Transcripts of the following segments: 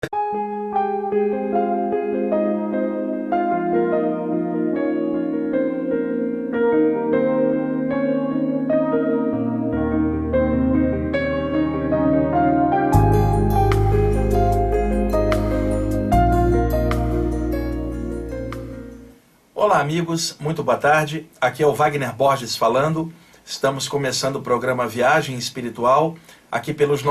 Olá amigos, muito boa tarde, aqui é o Wagner Borges falando, estamos começando o programa Viagem Espiritual, aqui pelos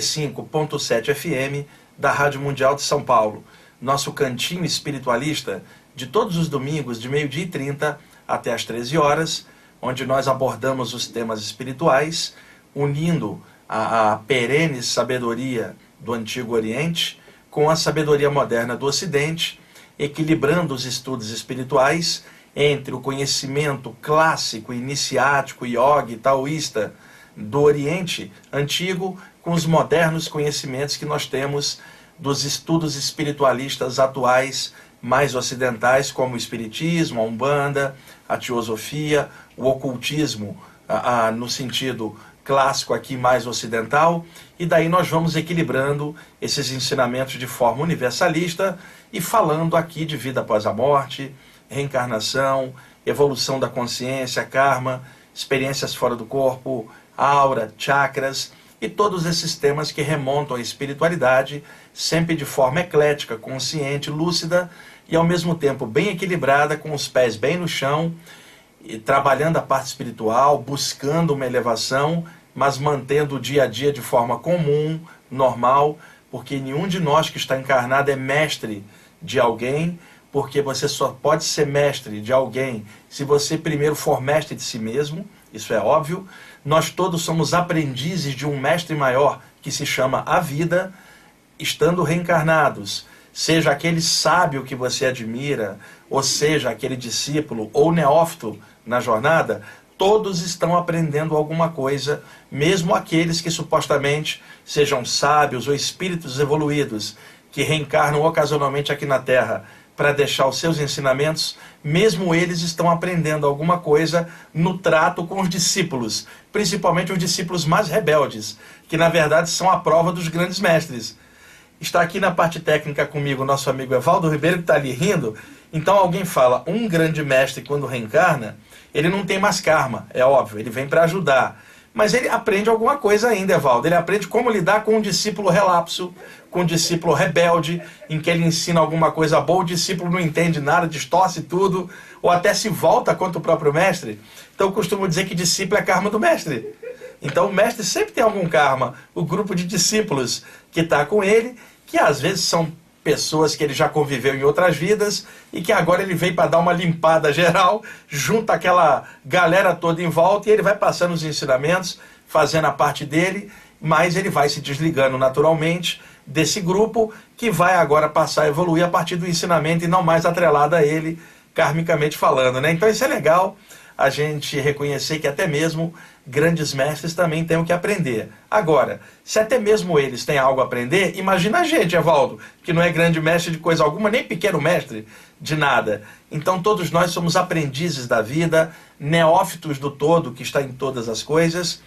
95.7 FM da Rádio Mundial de São Paulo, nosso cantinho espiritualista de todos os domingos de 12h30 até as 13 horas, onde nós abordamos os temas espirituais, unindo a perene sabedoria do Antigo Oriente com a sabedoria moderna do Ocidente, equilibrando os estudos espirituais entre o conhecimento clássico, iniciático, yogi, taoísta do Oriente Antigo com os modernos conhecimentos que nós temos dos estudos espiritualistas atuais mais ocidentais, como o Espiritismo, a Umbanda, a Teosofia, o Ocultismo no sentido clássico aqui mais ocidental, e daí nós vamos equilibrando esses ensinamentos de forma universalista e falando aqui de vida após a morte, reencarnação, evolução da consciência, karma, experiências fora do corpo, aura, chakras e todos esses temas que remontam à espiritualidade, sempre de forma eclética, consciente, lúcida e ao mesmo tempo bem equilibrada, com os pés bem no chão, e trabalhando a parte espiritual, buscando uma elevação, mas mantendo o dia a dia de forma comum, normal, porque nenhum de nós que está encarnado é mestre de alguém, porque você só pode ser mestre de alguém se você primeiro for mestre de si mesmo, isso é óbvio. Nós todos somos aprendizes de um mestre maior que se chama a vida, estando reencarnados. Seja aquele sábio que você admira, ou seja aquele discípulo ou neófito na jornada, todos estão aprendendo alguma coisa, mesmo aqueles que supostamente sejam sábios ou espíritos evoluídos, que reencarnam ocasionalmente aqui na Terra para deixar os seus ensinamentos, mesmo eles estão aprendendo alguma coisa no trato com os discípulos, principalmente os discípulos mais rebeldes, que na verdade são a prova dos grandes mestres. Está aqui na parte técnica comigo o nosso amigo Evaldo Ribeiro, que está ali rindo. Então alguém fala, um grande mestre quando reencarna, ele não tem mais karma, é óbvio, ele vem para ajudar. Mas ele aprende alguma coisa ainda, Evaldo. Ele aprende como lidar com um discípulo relapso, com um discípulo rebelde, em que ele ensina alguma coisa boa, o discípulo não entende nada, distorce tudo, ou até se volta contra o próprio mestre. Então eu costumo dizer que discípulo é karma do mestre. Então o mestre sempre tem algum karma, o grupo de discípulos que está com ele, que às vezes são pessoas que ele já conviveu em outras vidas e que agora ele veio para dar uma limpada geral, junta aquela galera toda em volta e ele vai passando os ensinamentos, fazendo a parte dele, mas ele vai se desligando naturalmente desse grupo que vai agora passar a evoluir a partir do ensinamento e não mais atrelado a ele, karmicamente falando, né? Então isso é legal, a gente reconhecer que até mesmo grandes mestres também têm o que aprender. Agora, se até mesmo eles têm algo a aprender, imagina a gente, Evaldo, que não é grande mestre de coisa alguma, nem pequeno mestre de nada. Então todos nós somos aprendizes da vida, neófitos do todo, que está em todas as coisas.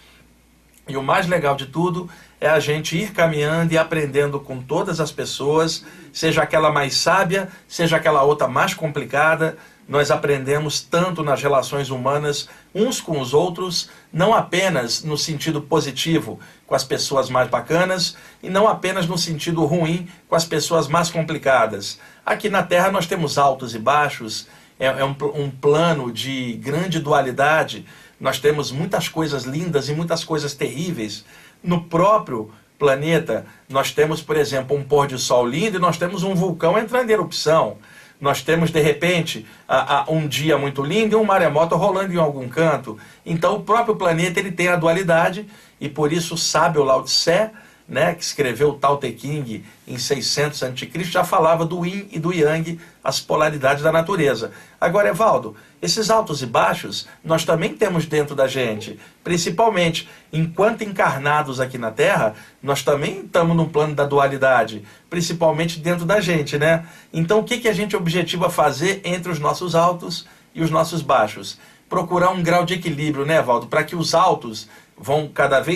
E o mais legal de tudo é a gente ir caminhando e aprendendo com todas as pessoas, seja aquela mais sábia, seja aquela outra mais complicada. Nós aprendemos tanto nas relações humanas, uns com os outros, não apenas no sentido positivo, com as pessoas mais bacanas, e não apenas no sentido ruim, com as pessoas mais complicadas. Aqui na Terra nós temos altos e baixos, é um plano de grande dualidade, nós temos muitas coisas lindas e muitas coisas terríveis. No próprio planeta, nós temos, por exemplo, um pôr de sol lindo e nós temos um vulcão entrando em erupção. Nós temos, de repente, um dia muito lindo e um maremoto rolando em algum canto. Então, o próprio planeta ele tem a dualidade, e por isso o sábio Lao Tse, né, que escreveu o Tao Te Ching em 600 a.C., já falava do Yin e do Yang, as polaridades da natureza. Agora, Evaldo, esses altos e baixos nós também temos dentro da gente, principalmente enquanto encarnados aqui na Terra, nós também estamos no plano da dualidade, principalmente dentro da gente, né? Então o que a gente objetiva fazer entre os nossos altos e os nossos baixos? Procurar um grau de equilíbrio, né, Evaldo? Para que os altos vão cada vez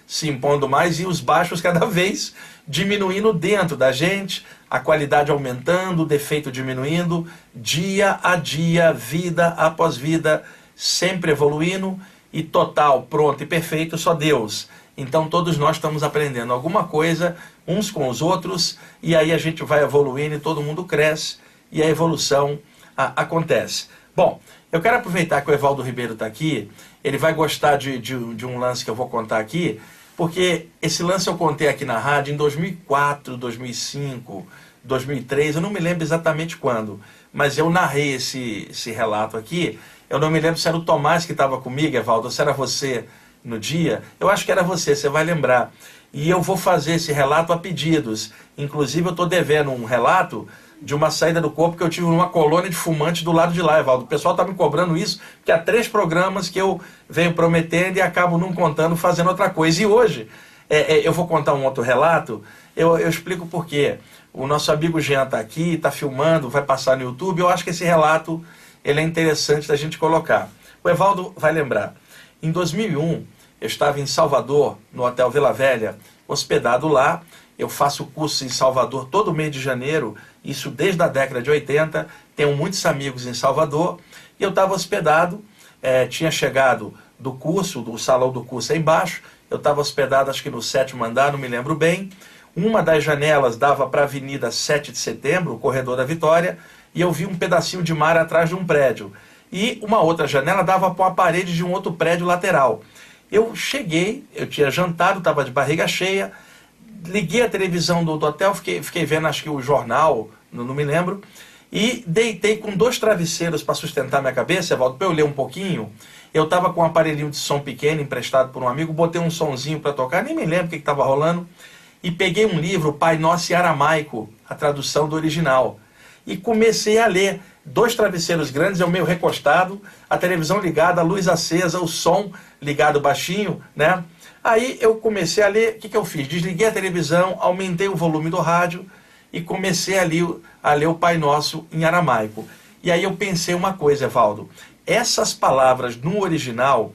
se impondo mais e os baixos cada vez diminuindo dentro da gente, a qualidade aumentando, o defeito diminuindo, dia a dia, vida após vida, sempre evoluindo e total, pronto e perfeito, só Deus. Então todos nós estamos aprendendo alguma coisa uns com os outros e aí a gente vai evoluindo e todo mundo cresce e a evolução acontece. Bom, eu quero aproveitar que o Evaldo Ribeiro está aqui, ele vai gostar de um lance que eu vou contar aqui, porque esse lance eu contei aqui na rádio em 2004, 2005, 2003, eu não me lembro exatamente quando, mas eu narrei esse relato aqui. Eu não me lembro se era o Tomás que estava comigo, Evaldo, ou se era você no dia. Eu acho que era você vai lembrar. E eu vou fazer esse relato a pedidos. Inclusive eu estou devendo um relato de uma saída do corpo que eu tive numa colônia de fumantes do lado de lá, Evaldo. O pessoal está me cobrando isso, porque há 3 programas que eu venho prometendo e acabo não contando, fazendo outra coisa. E hoje eu vou contar um outro relato, eu explico por quê. O nosso amigo Jean está aqui, está filmando, vai passar no YouTube. Eu acho que esse relato ele é interessante da gente colocar. O Evaldo vai lembrar. Em 2001, eu estava em Salvador, no Hotel Vila Velha, hospedado lá. Eu faço curso em Salvador todo mês de janeiro, isso desde a década de 80. Tenho muitos amigos em Salvador. E eu estava hospedado, tinha chegado do curso, do salão do curso aí embaixo. Eu estava hospedado, acho que no 7º andar, não me lembro bem. Uma das janelas dava para a Avenida 7 de Setembro, o Corredor da Vitória, e eu vi um pedacinho de mar atrás de um prédio. E uma outra janela dava para a parede de um outro prédio lateral. Eu cheguei, eu tinha jantado, estava de barriga cheia, liguei a televisão do hotel, fiquei vendo acho que o jornal, não me lembro, e deitei com 2 travesseiros para sustentar minha cabeça, Evaldo, para eu ler um pouquinho. Eu estava com um aparelhinho de som pequeno, emprestado por um amigo, botei um sonzinho para tocar, nem me lembro o que estava rolando, e peguei um livro, Pai Nosso em Aramaico, a tradução do original, e comecei a ler. 2 travesseiros grandes, eu meio recostado, a televisão ligada, a luz acesa, o som ligado baixinho, né? Aí eu comecei a ler, o que eu fiz? Desliguei a televisão, aumentei o volume do rádio e comecei a ler o Pai Nosso em aramaico. E aí eu pensei uma coisa, Evaldo, essas palavras no original,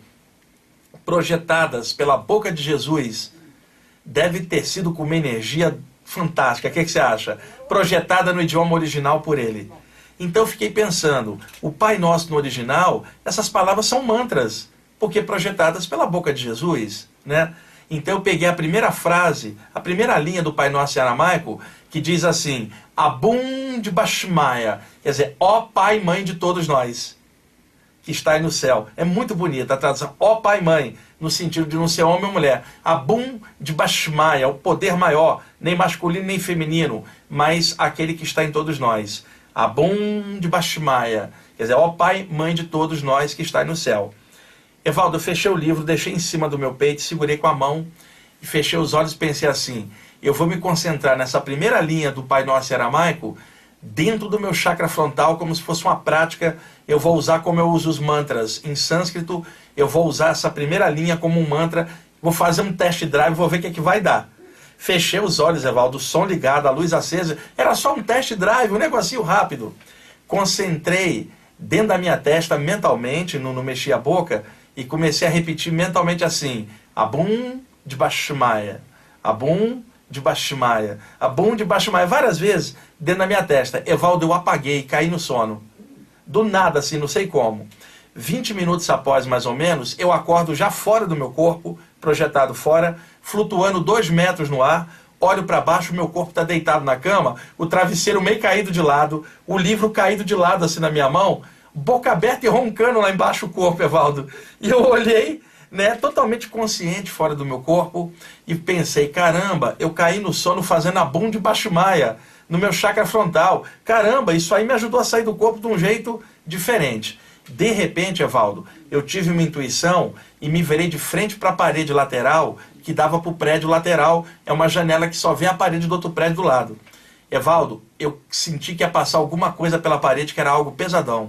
projetadas pela boca de Jesus, deve ter sido com uma energia fantástica. O que você acha? Projetada no idioma original por ele. Então eu fiquei pensando, o Pai Nosso no original, essas palavras são mantras, porque projetadas pela boca de Jesus, né? Então eu peguei a primeira frase, a primeira linha do Pai Nosso em aramaico, que diz assim, Abum de Bashmaya, quer dizer, ó Pai e Mãe de todos nós, que está aí no céu. É muito bonita a tradução, ó Pai e Mãe, no sentido de não ser homem ou mulher. Abum de Bashmaya, o poder maior, nem masculino nem feminino, mas aquele que está em todos nós. Abum de Bashmaya, quer dizer, ó Pai, Mãe de todos nós que está aí no céu. Evaldo, eu fechei o livro, deixei em cima do meu peito, segurei com a mão e fechei os olhos e pensei assim, eu vou me concentrar nessa primeira linha do Pai Nosso aramaico dentro do meu chakra frontal, como se fosse uma prática. Eu vou usar como eu uso os mantras em sânscrito, eu vou usar essa primeira linha como um mantra, vou fazer um test drive, vou ver o que vai dar. Fechei os olhos, Evaldo, o som ligado, a luz acesa, era só um test drive, um negocinho rápido. Concentrei dentro da minha testa mentalmente, não mexi a boca, e comecei a repetir mentalmente assim, Abum de Bashmaya, Abum de Bashmaya, Abum de Bashmaya, várias vezes dentro da minha testa. Evaldo, eu apaguei, caí no sono. Do nada, assim, não sei como. 20 minutos após, mais ou menos, eu acordo já fora do meu corpo, projetado fora, flutuando 2 metros no ar, olho para baixo, meu corpo está deitado na cama, o travesseiro meio caído de lado, o livro caído de lado assim na minha mão, boca aberta e roncando lá embaixo o corpo, Evaldo. E eu olhei, né, totalmente consciente fora do meu corpo e pensei, caramba, eu caí no sono fazendo Abum de Bashmaya no meu chakra frontal. Caramba, isso aí me ajudou a sair do corpo de um jeito diferente. De repente, Evaldo, eu tive uma intuição e me virei de frente para a parede lateral que dava para o prédio lateral. É uma janela que só vê a parede do outro prédio do lado. Evaldo, eu senti que ia passar alguma coisa pela parede que era algo pesadão.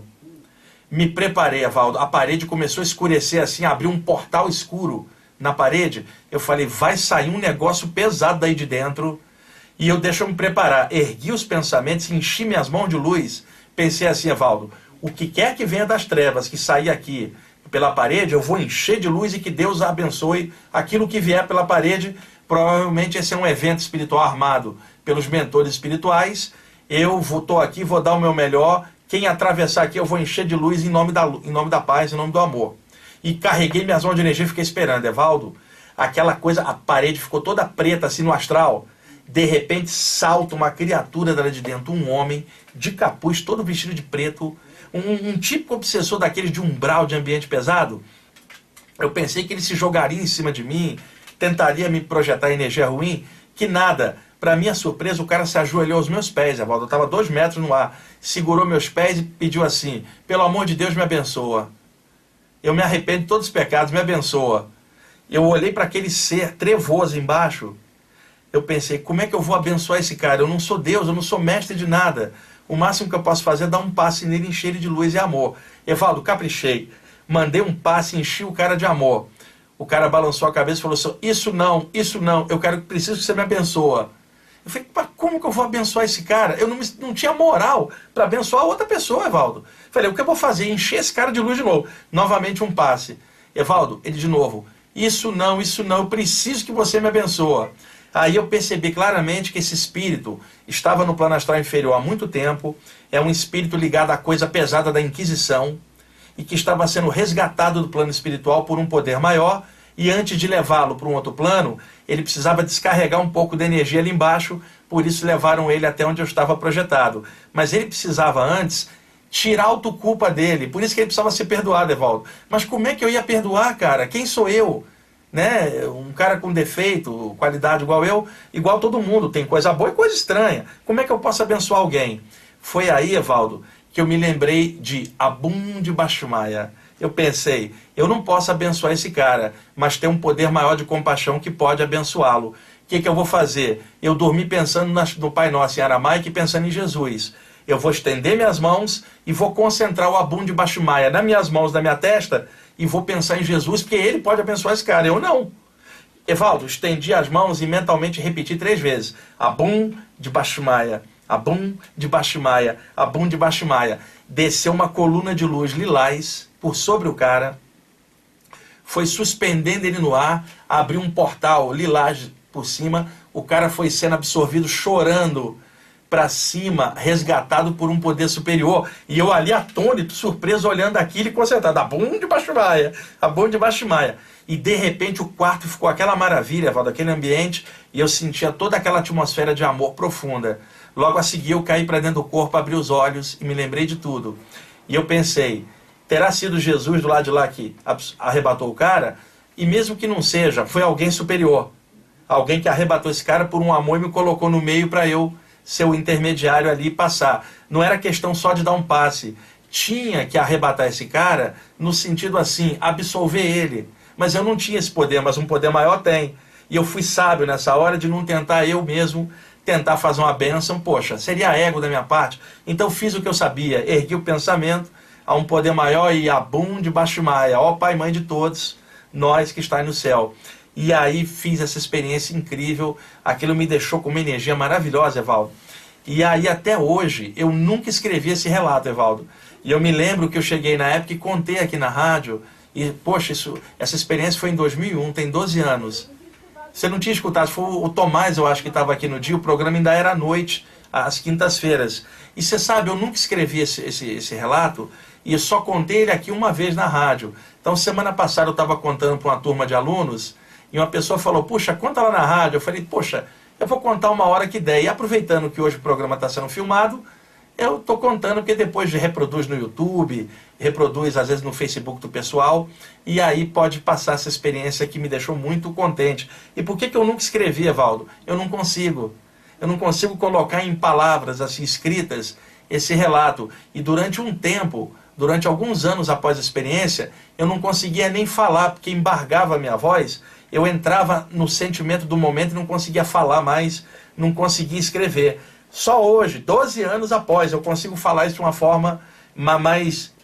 Me preparei, Evaldo, a parede começou a escurecer assim, abriu um portal escuro na parede. Eu falei, vai sair um negócio pesado daí de dentro. E deixa eu me preparar. Ergui os pensamentos, enchi minhas mãos de luz. Pensei assim, Evaldo, o que quer que venha das trevas, que sair aqui, pela parede, eu vou encher de luz e que Deus abençoe aquilo que vier pela parede. Provavelmente esse é um evento espiritual armado pelos mentores espirituais. Eu estou aqui, vou dar o meu melhor. Quem atravessar aqui eu vou encher de luz em nome da paz, em nome do amor. E carreguei minhas mãos de energia e fiquei esperando. Evaldo, aquela coisa, a parede ficou toda preta assim no astral. De repente salta uma criatura dela de dentro, um homem de capuz, todo vestido de preto, um típico obsessor daqueles de umbral de ambiente pesado. Eu pensei que ele se jogaria em cima de mim, tentaria me projetar energia ruim, que nada. Para minha surpresa, o cara se ajoelhou aos meus pés, Evaldo. Eu estava 2 metros no ar, segurou meus pés e pediu assim: pelo amor de Deus, me abençoa. Eu me arrependo de todos os pecados, me abençoa. Eu olhei para aquele ser trevoso embaixo. Eu pensei, como é que eu vou abençoar esse cara? Eu não sou Deus, eu não sou mestre de nada. O máximo que eu posso fazer é dar um passe nele, encher ele de luz e amor. Evaldo, caprichei. Mandei um passe, enchi o cara de amor. O cara balançou a cabeça e falou assim: isso não, eu preciso que você me abençoa. Eu falei, como que eu vou abençoar esse cara? Eu não tinha moral para abençoar outra pessoa, Evaldo. Falei, o que eu vou fazer? Encher esse cara de luz de novo. Novamente um passe. Evaldo, ele de novo: isso não, eu preciso que você me abençoa. Aí eu percebi claramente que esse espírito estava no plano astral inferior há muito tempo, é um espírito ligado à coisa pesada da Inquisição, e que estava sendo resgatado do plano espiritual por um poder maior, e antes de levá-lo para um outro plano, ele precisava descarregar um pouco de energia ali embaixo, por isso levaram ele até onde eu estava projetado. Mas ele precisava antes tirar a autoculpa dele, por isso que ele precisava ser perdoado, Evaldo. Mas como é que eu ia perdoar, cara? Quem sou eu? Né? Um cara com defeito, qualidade igual eu, igual todo mundo, tem coisa boa e coisa estranha. Como é que eu posso abençoar alguém? Foi aí, Evaldo, que eu me lembrei de Abum de Bashumaya. Eu pensei, eu não posso abençoar esse cara, mas tem um poder maior de compaixão que pode abençoá-lo. O que eu vou fazer? Eu dormi pensando no Pai Nosso em aramaico e pensando em Jesus. Eu vou estender minhas mãos e vou concentrar o Abum de Bashumaya nas minhas mãos, na minha testa, e vou pensar em Jesus, porque ele pode abençoar esse cara, eu não. Evaldo, estendi as mãos e mentalmente repeti 3 vezes. Abum de Bashumaya, Abum de Bashumaya, Abum de Bashumaya. Desceu uma coluna de luz lilás por sobre o cara, foi suspendendo ele no ar, abriu um portal lilás por cima, o cara foi sendo absorvido, chorando para cima, resgatado por um poder superior. E eu ali atônito, surpreso, olhando aquilo e concentrado. Abum de Bashumaya, Abum de Bashumaya. E de repente o quarto ficou aquela maravilha, Evaldo, aquele ambiente, e eu sentia toda aquela atmosfera de amor profunda. Logo a seguir eu caí para dentro do corpo, abri os olhos e me lembrei de tudo. E eu pensei, terá sido Jesus do lado de lá que arrebatou o cara? E mesmo que não seja, foi alguém superior. Alguém que arrebatou esse cara por um amor e me colocou no meio para eu ser o intermediário ali e passar. Não era questão só de dar um passe. Tinha que arrebatar esse cara no sentido assim, absolver ele. Mas eu não tinha esse poder, mas um poder maior tem. E eu fui sábio nessa hora de não tentar eu mesmo tentar fazer uma bênção. Poxa, seria ego da minha parte. Então fiz o que eu sabia, ergui o pensamento a um poder maior e Abum de Bashumaya, ó Pai e Mãe de todos, nós que está no céu. E aí fiz essa experiência incrível, aquilo me deixou com uma energia maravilhosa, Evaldo. E aí até hoje, eu nunca escrevi esse relato, Evaldo. E eu me lembro que eu cheguei na época e contei aqui na rádio, e poxa, essa experiência foi em 2001, tem 12 anos. Você não tinha escutado, foi o Tomás, eu acho que estava aqui no dia, o programa ainda era à noite, às quintas-feiras. E você sabe, eu nunca escrevi esse relato, e eu só contei ele aqui uma vez na rádio. Então semana passada eu estava contando para uma turma de alunos, e uma pessoa falou, puxa, conta lá na rádio. Eu falei, poxa, eu vou contar uma hora que der. E aproveitando que hoje o programa está sendo filmado, eu estou contando porque depois reproduz no YouTube, reproduz às vezes no Facebook do pessoal, e aí pode passar essa experiência que me deixou muito contente. E por que eu nunca escrevi, Evaldo? Eu não consigo. Eu não consigo colocar em palavras assim escritas esse relato. E durante um tempo, durante alguns anos após a experiência, eu não conseguia nem falar, porque embargava a minha voz. Eu entrava no sentimento do momento e não conseguia falar mais, não conseguia escrever. Só hoje, 12 anos após, eu consigo falar isso de uma forma mais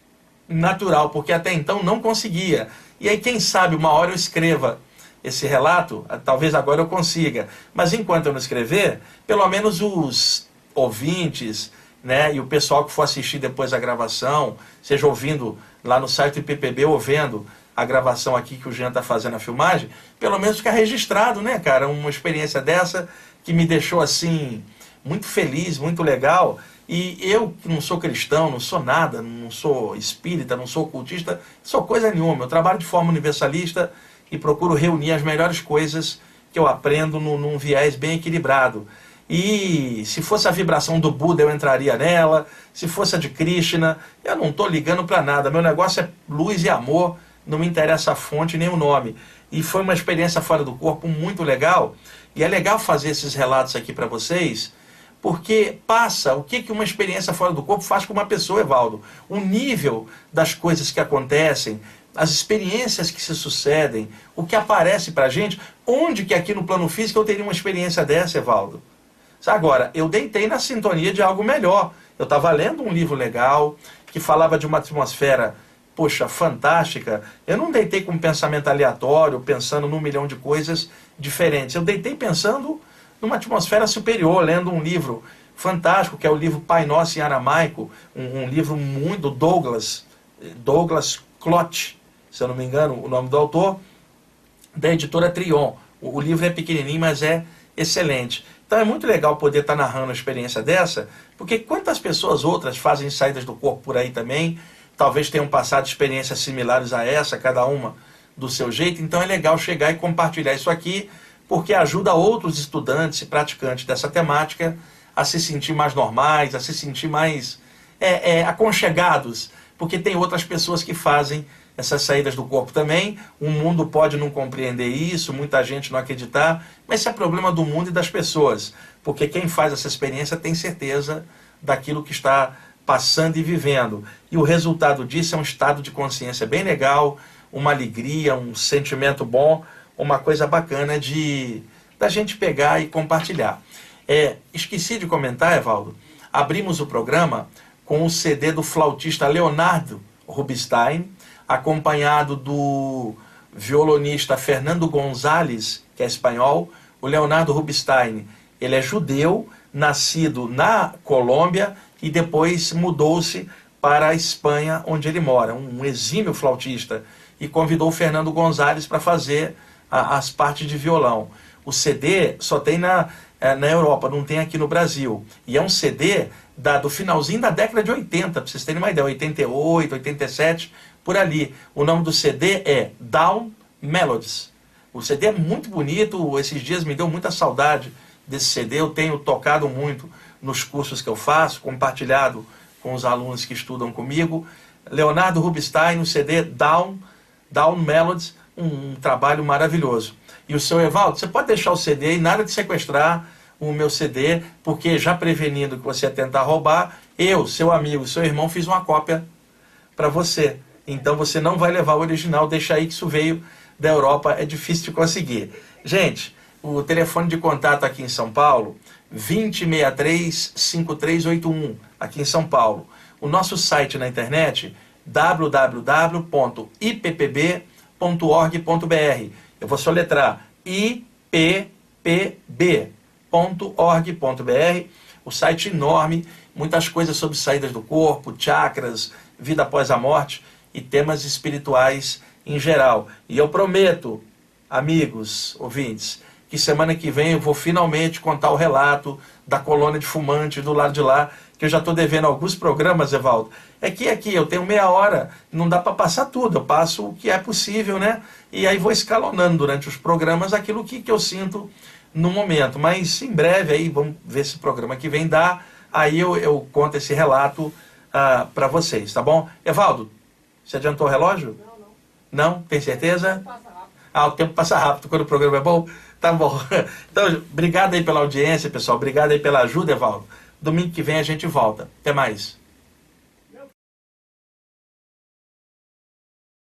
natural, porque até então não conseguia. E aí, quem sabe, uma hora eu escreva esse relato, talvez agora eu consiga. Mas enquanto eu não escrever, pelo menos os ouvintes né? E o pessoal que for assistir depois a gravação, seja ouvindo lá no site do IPPB ou vendo a gravação aqui que o Jean está fazendo a filmagem, pelo menos ficar registrado, né, cara? Uma experiência dessa que me deixou, assim, muito feliz, muito legal. E eu, que não sou cristão, não sou nada, não sou espírita, não sou ocultista, sou coisa nenhuma. Eu trabalho de forma universalista e procuro reunir as melhores coisas que eu aprendo num viés bem equilibrado. E se fosse a vibração do Buda, eu entraria nela. Se fosse a de Krishna, eu não estou ligando para nada. Meu negócio é luz e amor, não me interessa a fonte nem o nome. E foi uma experiência fora do corpo muito legal. E é legal fazer esses relatos aqui para vocês, porque passa o que uma experiência fora do corpo faz com uma pessoa, Evaldo. O nível das coisas que acontecem, as experiências que se sucedem, o que aparece para a gente, onde que aqui no plano físico eu teria uma experiência dessa, Evaldo? Agora, eu deitei na sintonia de algo melhor. Eu estava lendo um livro legal, que falava de uma atmosfera, poxa, fantástica. Eu não deitei com um pensamento aleatório, pensando num milhão de coisas diferentes. Eu deitei pensando numa atmosfera superior, lendo um livro fantástico, que é o livro Pai Nosso em aramaico, um livro muito Douglas Clott, se eu não me engano, o nome do autor, da editora Trion. O livro é pequenininho, mas é excelente. Então é muito legal poder estar narrando uma experiência dessa, porque quantas pessoas outras fazem saídas do corpo por aí também, talvez tenham passado experiências similares a essa, cada uma do seu jeito. Então é legal chegar e compartilhar isso aqui, porque ajuda outros estudantes e praticantes dessa temática a se sentir mais normais, a se sentir mais aconchegados, porque tem outras pessoas que fazem essas saídas do corpo também. O mundo pode não compreender isso, muita gente não acreditar, mas isso é problema do mundo e das pessoas, porque quem faz essa experiência tem certeza daquilo que está passando e vivendo. E o resultado disso é um estado de consciência bem legal, uma alegria, um sentimento bom, uma coisa bacana da gente pegar e compartilhar. Esqueci de comentar, Evaldo, abrimos o programa com o CD do flautista Leonardo Rubinstein, acompanhado do violonista Fernando González, que é espanhol. O Leonardo Rubinstein, ele é judeu, nascido na Colômbia e depois mudou-se para a Espanha, onde ele mora, um exímio flautista, e convidou o Fernando González para fazer as partes de violão. O CD só tem na Europa, não tem aqui no Brasil. E é um CD do finalzinho da década de 80, para vocês terem uma ideia, 88, 87, por ali. O nome do CD é Down Melodies. O CD é muito bonito, esses dias me deu muita saudade desse CD, eu tenho tocado muito nos cursos que eu faço, compartilhado com os alunos que estudam comigo. Leonardo Rubinstein, o CD Down Melodies, um trabalho maravilhoso. E o seu Evaldo, você pode deixar o CD e nada de sequestrar o meu CD, porque já prevenindo que você ia tentar roubar, eu, seu amigo, seu irmão, fiz uma cópia para você. Então você não vai levar o original, deixa aí que isso veio da Europa, é difícil de conseguir. Gente, o telefone de contato aqui em São Paulo, 2063-5381, aqui em São Paulo. O nosso site na internet, www.ippb.org.br. Eu vou soletrar ippb.org.br. O site enorme, muitas coisas sobre saídas do corpo, chakras, vida após a morte e temas espirituais em geral. E eu prometo, amigos, ouvintes, que semana que vem eu vou finalmente contar o relato da colônia de fumantes do lado de lá, que eu já estou devendo alguns programas, Evaldo. É que aqui eu tenho meia hora, não dá para passar tudo, eu passo o que é possível, né? E aí vou escalonando durante os programas aquilo que eu sinto no momento. Mas em breve, aí vamos ver se o programa que vem dá, aí eu conto esse relato para vocês, tá bom? Evaldo, você adiantou o relógio? Não. Não? Tem certeza? O tempo passa rápido quando o programa é bom? Tá bom. Então, obrigado aí pela audiência, pessoal. Obrigado aí pela ajuda, Evaldo. Domingo que vem a gente volta. Até mais.